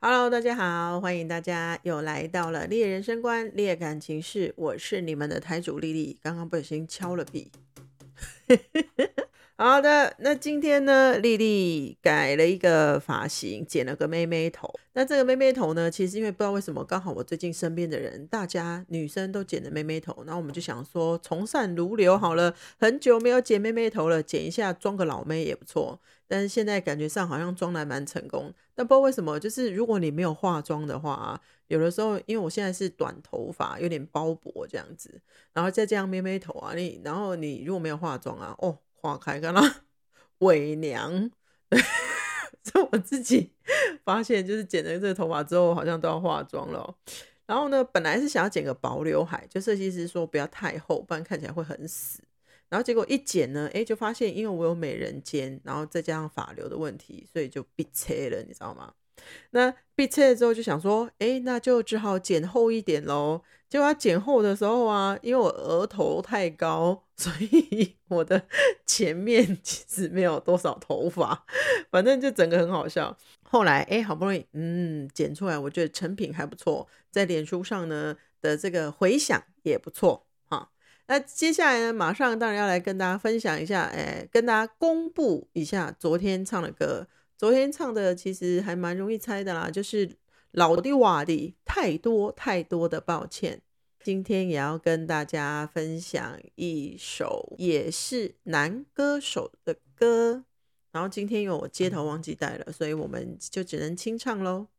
Hello，大家好，欢迎大家又来到了猎人生观、猎感情事，我是你们的台主丽丽，刚刚不小心敲了笔。好的，那今天呢，丽丽改了一个发型，剪了个妹妹头。那这个妹妹头呢，其实因为不知道为什么，刚好我最近身边的人，大家女生都剪了妹妹头，然后我们就想说，从善如流好了，很久没有剪妹妹头了，剪一下装个老妹也不错。但是现在感觉上好像装的蛮成功，但不知道为什么，就是如果你没有化妆的话啊，有的时候因为我现在是短头发，有点包脖这样子，然后再这样妹妹头啊，然后你如果没有化妆啊，哦，化开干啦伪娘。所以我自己发现，就是剪了这个头发之后，好像都要化妆了然后呢，本来是想要剪个薄刘海，就设计师说不要太厚，不然看起来会很死。然后结果一剪呢，就发现因为我有美人尖，然后再加上发流的问题，所以就闭切了，你知道吗？那闭切了之后就想说，那就只好剪厚一点咯。结果要剪厚的时候啊，因为我额头太高，所以我的前面其实没有多少头发，反正就整个很好笑。后来好不容易剪出来，我觉得成品还不错，在脸书上呢的这个回响也不错哈。那接下来呢，马上当然要来跟大家分享一下，跟大家公布一下昨天唱的歌。昨天唱的其实还蛮容易猜的啦，就是老的瓦的太多太多的抱歉。今天也要跟大家分享一首也是男歌手的歌，然后今天因为我接头忘记带了，所以我们就只能清唱咯。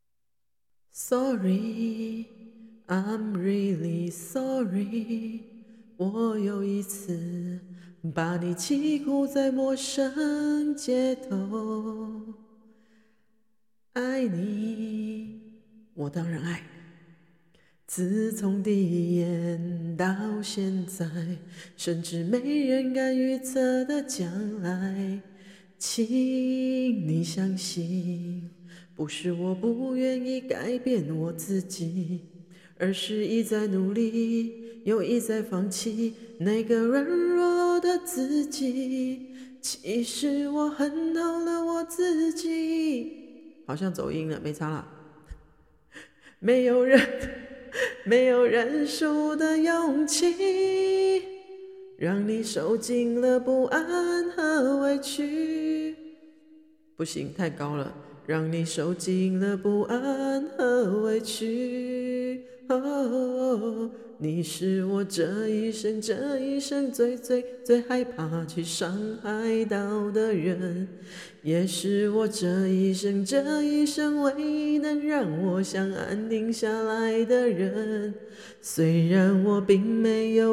Sorry, I'm really sorry， 我又一次把你欺负在陌生街头。爱你，我当然爱你，自从第一眼到现在，甚至没人敢预测的将来，请你相信，不是我不愿意改变我自己，而是一再努力，又一再放弃那个软弱的自己。其实我恨透了我自己。好像走音了，没差啦。没有人，没有认输的勇气，让你受尽了不安和委屈。不行，太高了，让你受尽了不安和委屈。哦，你是我这一生最最最害怕去伤害到的人，也是我这一生唯一能让我想安定下来的人。虽然我并没有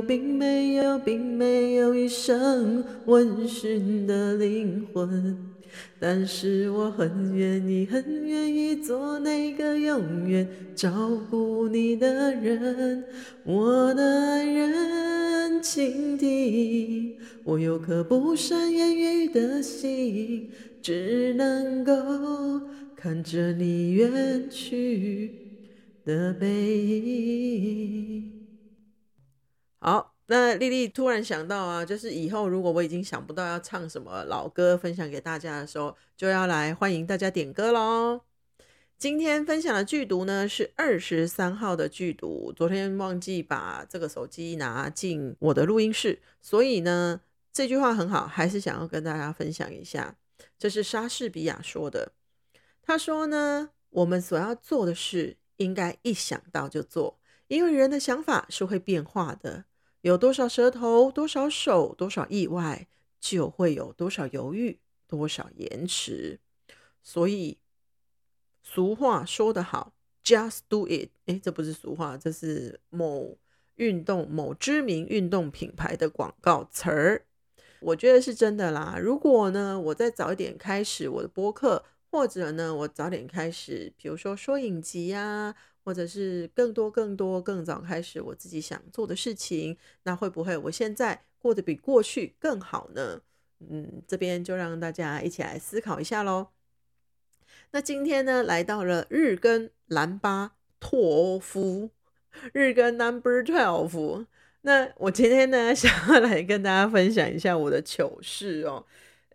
一生温驯的灵魂，但是我很愿意做那个永远照顾你的人。我的爱人，请听，我有颗不善言语的心，只能够看着你远去的背影。好，那丽丽突然想到啊，就是以后如果我已经想不到要唱什么老歌分享给大家的时候，就要来欢迎大家点歌咯。今天分享的剧读呢是23号的剧读，昨天忘记把这个手机拿进我的录音室，所以呢这句话很好，还是想要跟大家分享一下。这是莎士比亚说的，他说呢，我们所要做的事应该一想到就做，因为人的想法是会变化的，有多少舌头，多少手，多少意外，就会有多少犹豫，多少延迟。所以俗话说得好 Just do it， 这不是俗话，这是某知名运动品牌的广告词儿。我觉得是真的啦，如果呢我再早一点开始我的播客，或者呢我早点开始比如说说影集啊，或者是更早开始我自己想做的事情，那会不会我现在过得比过去更好呢？这边就让大家一起来思考一下咯。那今天呢来到了日更兰巴托夫，日更 No.12。那我今天呢想要来跟大家分享一下我的糗事哦。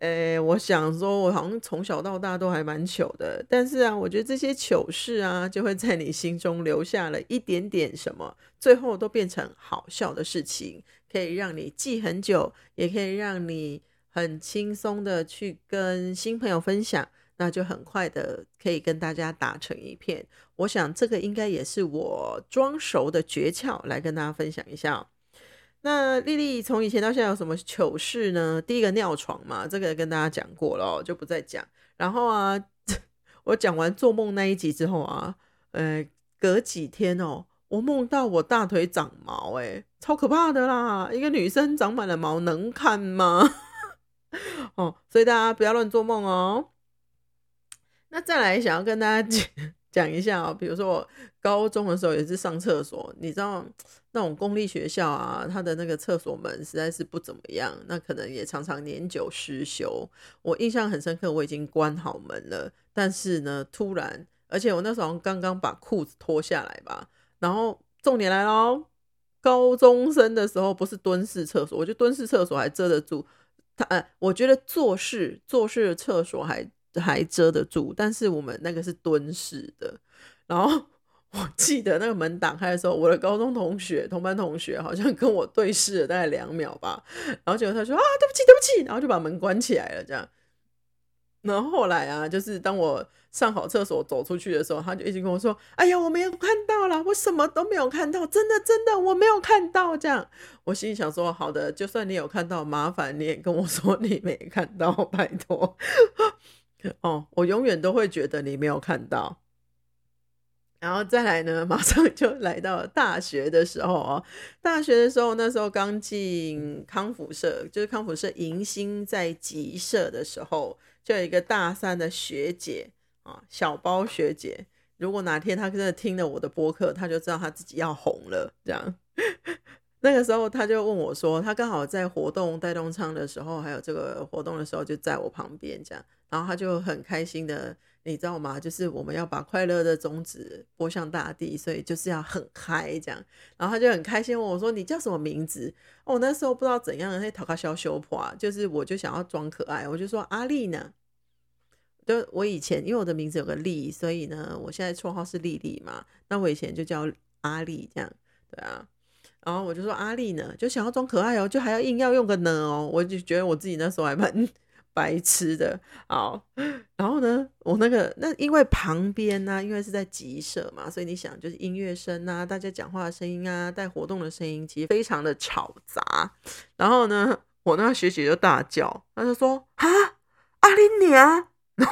我想说，我好像从小到大都还蛮糗的，但是啊，我觉得这些糗事啊，就会在你心中留下了一点点什么，最后都变成好笑的事情，可以让你记很久，也可以让你很轻松的去跟新朋友分享，那就很快的可以跟大家打成一片。我想这个应该也是我装熟的诀窍，来跟大家分享一下哦。那丽丽从以前到现在有什么糗事呢？第一个尿床嘛，这个跟大家讲过了哦，就不再讲。然后啊，我讲完做梦那一集之后啊，隔几天哦，我梦到我大腿长毛，超可怕的啦！一个女生长满了毛能看吗？哦，所以大家不要乱做梦哦。那再来想要跟大家讲一下哦，比如说我高中的时候也是上厕所，你知道那种公立学校啊，它的那个厕所门实在是不怎么样，那可能也常常年久失修。我印象很深刻，我已经关好门了，但是呢，突然，而且我那时候刚刚把裤子脱下来吧，然后重点来咯，高中生的时候不是蹲式厕所，我觉得蹲式厕所还遮得住，我觉得坐式的厕所还遮得住，但是我们那个是蹲式的。然后我记得那个门打开的时候，我的高中同班同学好像跟我对视了大概2秒吧，然后结果他说啊对不起对不起，然后就把门关起来了这样。然后后来啊，就是当我上好厕所走出去的时候，他就一直跟我说：“哎呀，我没有看到啦，我什么都没有看到，真的真的我没有看到。”这样，我心里想说：“好的，就算你有看到，麻烦你也跟我说你没看到，拜托。”哦，我永远都会觉得你没有看到。然后再来呢，马上就来到了大学的时候哦。大学的时候，那时候刚进康复社，就是康复社迎新在集社的时候，就有一个大三的学姐啊，小包学姐。如果哪天她真的听了我的播客，她就知道她自己要红了，这样。那个时候他就问我说，他刚好在活动带动唱的时候，还有这个活动的时候就在我旁边这样，然后他就很开心的，你知道吗？就是我们要把快乐的种子播向大地，所以就是要很嗨这样。然后他就很开心问我说：“你叫什么名字？”哦，那时候不知道怎样，那讨个小羞破，就是我就想要装可爱，我就说阿丽呢。就我以前因为我的名字有个丽，所以呢，我现在绰号是丽丽嘛，那我以前就叫阿丽这样，对啊。然后我就说阿丽呢，就想要装可爱哦，就还要硬要用个呢哦，我就觉得我自己那时候还蛮白痴的。好，然后呢，我那因为旁边呢、因为是在集社嘛，所以你想就是音乐声啊，大家讲话的声音啊，带活动的声音，其实非常的吵杂。然后呢，我那个学姐就大叫，她就说啊，阿丽娘，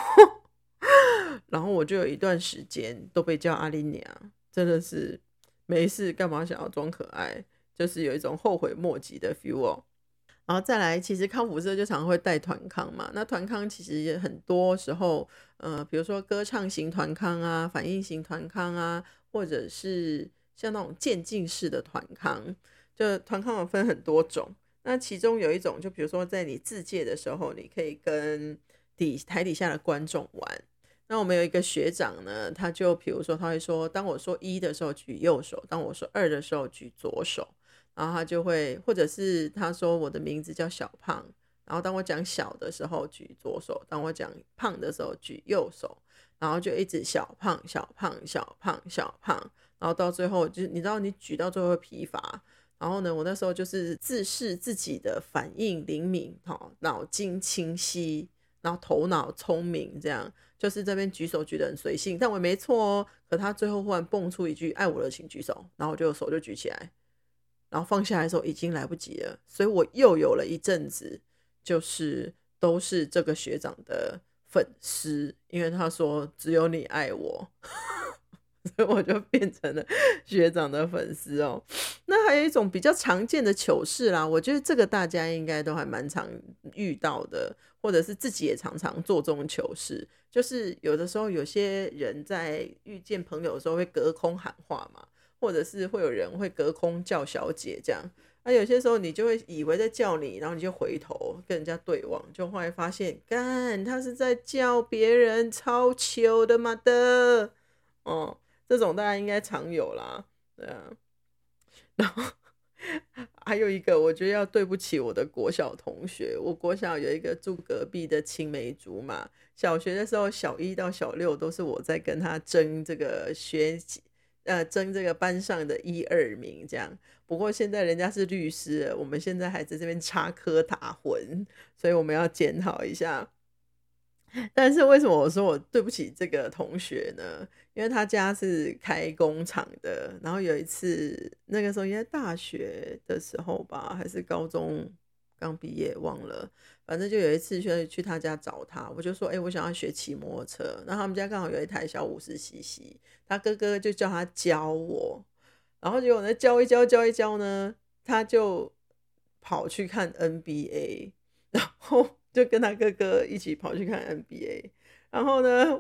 然后我就有一段时间都被叫阿丽娘，真的是没事干嘛想要装可爱，就是有一种后悔莫及的 feel 哦。然后再来，其实康复社就常常会带团康嘛，那团康其实也很多时候，比如说歌唱型团康啊，反应型团康啊，或者是像那种渐进式的团康，就团康有分很多种。那其中有一种，就比如说在你自介的时候，你可以跟台底下的观众玩。那我们有一个学长呢，他就比如说他会说，当我说1的时候举右手，当我说2的时候举左手，然后他就会，或者是他说我的名字叫小胖，然后当我讲小的时候举左手，当我讲胖的时候举右手，然后就一直小胖小胖小胖小胖，然后到最后就是你知道你举到最后会疲乏。然后呢，我那时候就是自视自己的反应灵敏，脑筋清晰，然后头脑聪明，这样就是这边举手举得很随性，但我也没错哦。可他最后忽然蹦出一句“爱我的请举手”，然后我就手就举起来，然后放下来的时候已经来不及了，所以我又有了一阵子就是都是这个学长的粉丝，因为他说只有你爱我。所以我就变成了学长的粉丝哦。那还有一种比较常见的糗事啦，我觉得这个大家应该都还蛮常遇到的，或者是自己也常常做这种糗事，就是有的时候有些人在遇见朋友的时候会隔空喊话嘛，或者是会有人会隔空叫小姐这样。那有些时候你就会以为在叫你，然后你就回头跟人家对望，就后来发现干他是在叫别人，超糗的嘛的哦。这种大家应该常有啦，对啊。然后还有一个，我觉得要对不起我的国小同学。我国小有一个住隔壁的青梅竹马，小学的时候小一到小六都是我在跟他争这个争这个班上的一二名这样。不过现在人家是律师了，我们现在还在这边插科打诨，所以我们要检讨一下。但是为什么我说我对不起这个同学呢？因为他家是开工厂的，然后有一次那个时候应该大学的时候吧，还是高中刚毕业忘了，反正就有一次去他家找他，我就说我想要学骑摩托车，然后他们家刚好有一台小50cc，他哥哥就叫他教我，然后结果呢教一教呢，他就跑去看 NBA，然后就跟他哥哥一起跑去看 NBA， 然后呢，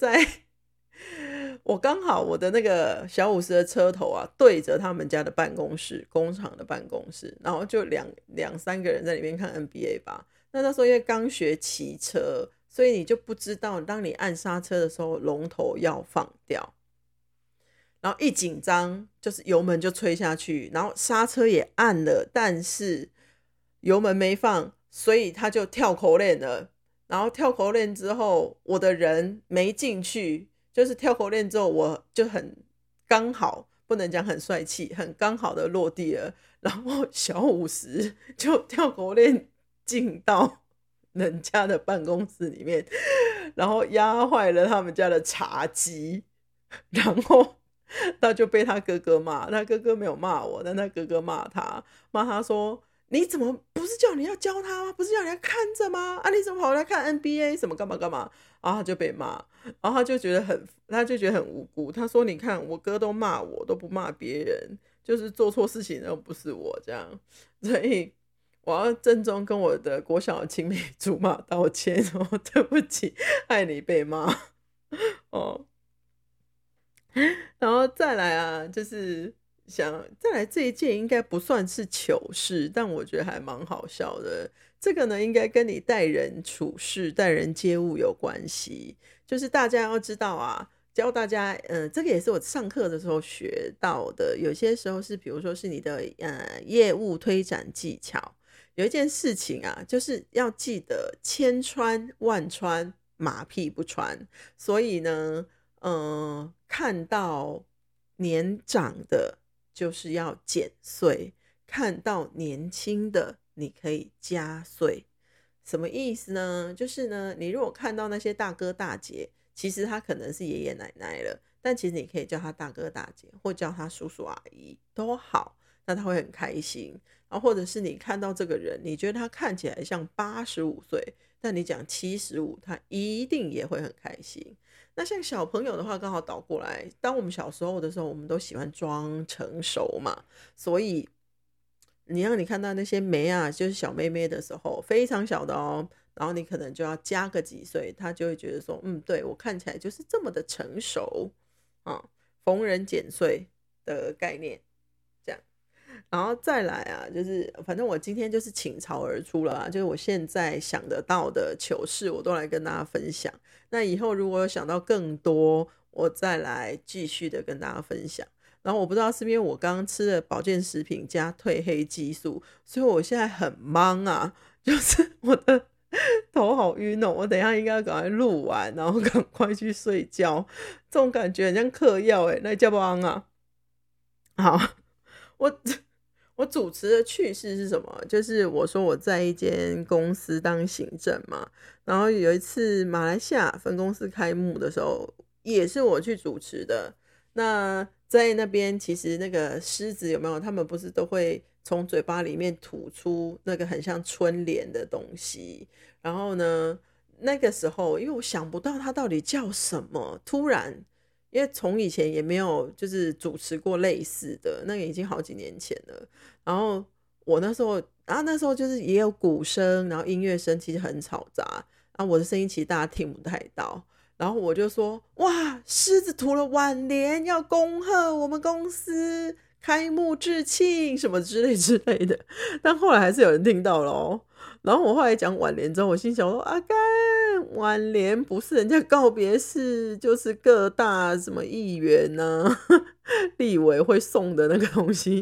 我刚好我的那个小50的车头啊，对着他们家的办公室，工厂的办公室，然后就两三个人在里面看 NBA 吧。那时候因为刚学骑车，所以你就不知道，当你按刹车的时候，龙头要放掉。然后一紧张，就是油门就吹下去，然后刹车也按了，但是油门没放，所以他就跳口链了。然后跳口链之后，我的人没进去，就是跳口链之后，我就很刚好，不能讲很帅气，很刚好的落地了。然后小50就跳口链进到人家的办公室里面，然后压坏了他们家的茶几，然后他就被他哥哥骂，他哥哥没有骂我，但他哥哥骂他说你怎么不是叫你要教他吗？不是叫你要看着吗？啊，你怎么跑来看 NBA 什么干嘛干嘛？然后他就被骂，然后他就觉得很无辜。他说你看我哥都骂我，都不骂别人，就是做错事情又不是我这样，所以我要郑重跟我的国小的青梅竹马道歉，说对不起，害你被骂哦。然后再来啊，就是再来这一件应该不算是糗事，但我觉得还蛮好笑的。这个呢，应该跟你待人处事、待人接物有关系。就是大家要知道啊，教大家，这个也是我上课的时候学到的。有些时候是，比如说是你的业务推展技巧，有一件事情啊，就是要记得千穿万穿，马屁不穿。所以呢，看到年长的，就是要减岁；看到年轻的，你可以加岁。什么意思呢？就是呢，你如果看到那些大哥大姐，其实他可能是爷爷奶奶了，但其实你可以叫他大哥大姐，或叫他叔叔阿姨都好，那他会很开心。然后或者是你看到这个人，你觉得他看起来像85岁，但你讲75，他一定也会很开心。那像小朋友的话，刚好倒过来，当我们小时候的时候，我们都喜欢装成熟嘛，所以让你看到那些妹啊，就是小妹妹的时候，非常小的哦，然后你可能就要加个几岁，他就会觉得说，对，我看起来就是这么的成熟啊，逢人减岁的概念。然后再来啊，就是反正我今天就是倾巢而出了啊，就是我现在想得到的糗事，我都来跟大家分享。那以后如果有想到更多，我再来继续的跟大家分享。然后我不知道是因为我刚刚吃了保健食品加褪黑激素，所以我现在很忙啊，就是我的头好晕哦，我等一下应该要赶快录完，然后赶快去睡觉。这种感觉很像嗑药那叫不忙啊？好，我主持的趣事是什么？就是我说我在一间公司当行政嘛，然后有一次马来西亚分公司开幕的时候，也是我去主持的。那在那边其实那个狮子有没有？他们不是都会从嘴巴里面吐出那个很像春联的东西？然后呢，那个时候因为我想不到它到底叫什么，突然。因为从以前也没有就是主持过类似的，那个已经好几年前了。然后我那时候，就是也有鼓声，然后音乐声其实很吵杂，然后我的声音其实大家听不太到。然后我就说，哇，狮子吐了挽联，要恭贺我们公司开幕致庆什么之类的。但后来还是有人听到了哦。然后我后来讲挽联之后，我心想说，啊干，挽联不是人家告别式，就是各大什么议员啊立委会送的那个东西，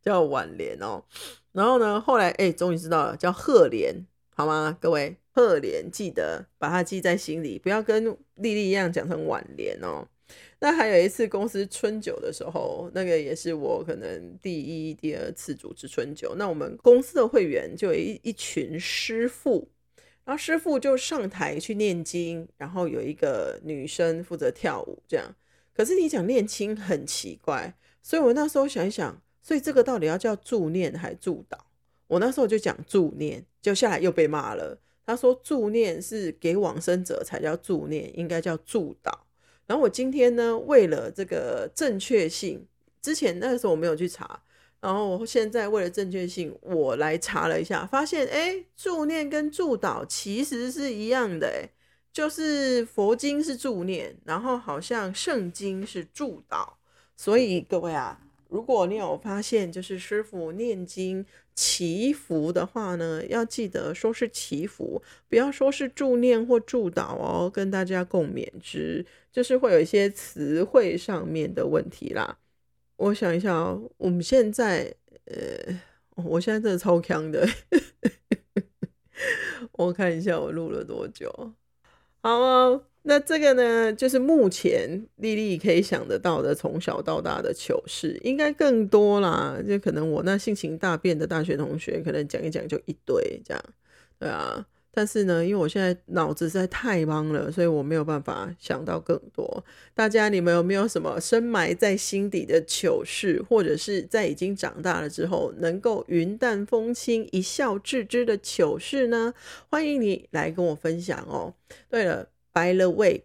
叫挽联哦。然后呢，后来终于知道了，叫贺联，好吗？各位，贺联记得把它记在心里，不要跟丽丽一样讲成挽联哦。那还有一次公司春酒的时候，那个也是我可能第一、第二次主持春酒。那我们公司的会员就有一群师傅，然后师傅就上台去念经，然后有一个女生负责跳舞，这样。可是你讲念经很奇怪，所以我那时候想一想，所以这个到底要叫助念还助导？我那时候就讲助念，就下来又被骂了。他说助念是给往生者才叫助念，应该叫助导。然后我今天呢，为了这个正确性，之前那个时候我没有去查，然后我现在为了正确性，我来查了一下，发现助念跟助导其实是一样的，就是佛经是助念，然后好像圣经是助导。所以各位啊，如果你有发现就是师父念经祈福的话呢，要记得说是祈福，不要说是助念或助导哦，跟大家共勉之，就是会有一些词汇上面的问题啦。我想一下哦，我们现在我现在真的超强的我看一下我录了多久。好哦，那这个呢，就是目前丽丽可以想得到的从小到大的糗事，应该更多啦。就可能我那性情大变的大学同学，可能讲一讲就一堆这样，对啊。但是呢，因为我现在脑子实在太忙了，所以我没有办法想到更多。大家你们有没有什么深埋在心底的糗事，或者是在已经长大了之后能够云淡风轻一笑置之的糗事呢？欢迎你来跟我分享哦。对了，by the way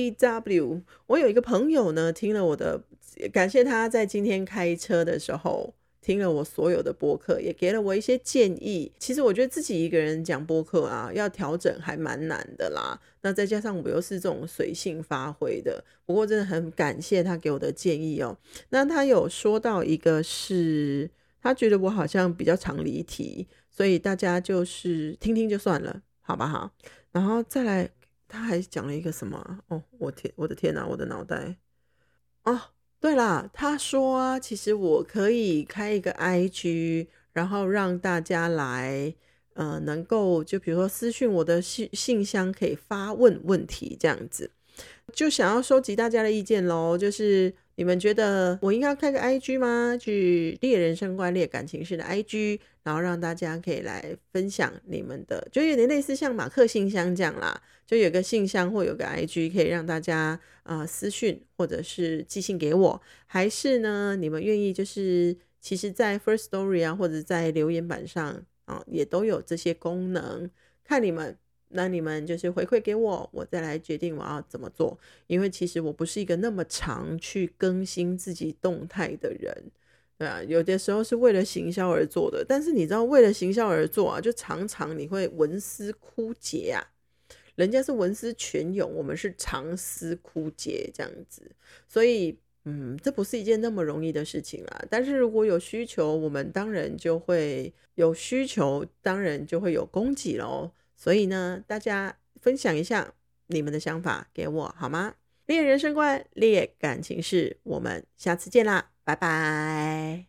BTW， 我有一个朋友呢，听了我的，感谢他在今天开车的时候听了我所有的播客，也给了我一些建议。其实我觉得自己一个人讲播客啊，要调整还蛮难的啦。那再加上我又是这种随性发挥的，不过真的很感谢他给我的建议哦。那他有说到一个是，他觉得我好像比较常离题，所以大家就是听听就算了，好不好？然后再来，他还讲了一个什么啊？哦，我的天哪，我的脑袋哦。对啦，他说啊，其实我可以开一个 IG，然后让大家来，能够就比如说私讯我的信箱，可以发问问题这样子。就想要收集大家的意见咯，就是你们觉得我应该要开个 IG 吗？去列人生观、列感情事的 IG， 然后让大家可以来分享你们的，就有点类似像马克信箱这样啦，就有个信箱或有个 IG 可以让大家私讯或者是寄信给我，还是呢你们愿意就是其实在 First Story 啊或者在留言板上也都有这些功能，看你们。那你们就是回馈给我，我再来决定我要怎么做。因为其实我不是一个那么常去更新自己动态的人，对啊，有的时候是为了行销而做的，但是你知道为了行销而做啊，就常常你会文思枯竭啊。人家是文思泉涌，我们是长思枯竭这样子，所以这不是一件那么容易的事情啦。但是如果有需求，我们当然就会有需求，当然就会有供给咯。所以呢，大家分享一下你们的想法给我好吗？列人生观，列感情事，我们下次见啦，拜拜。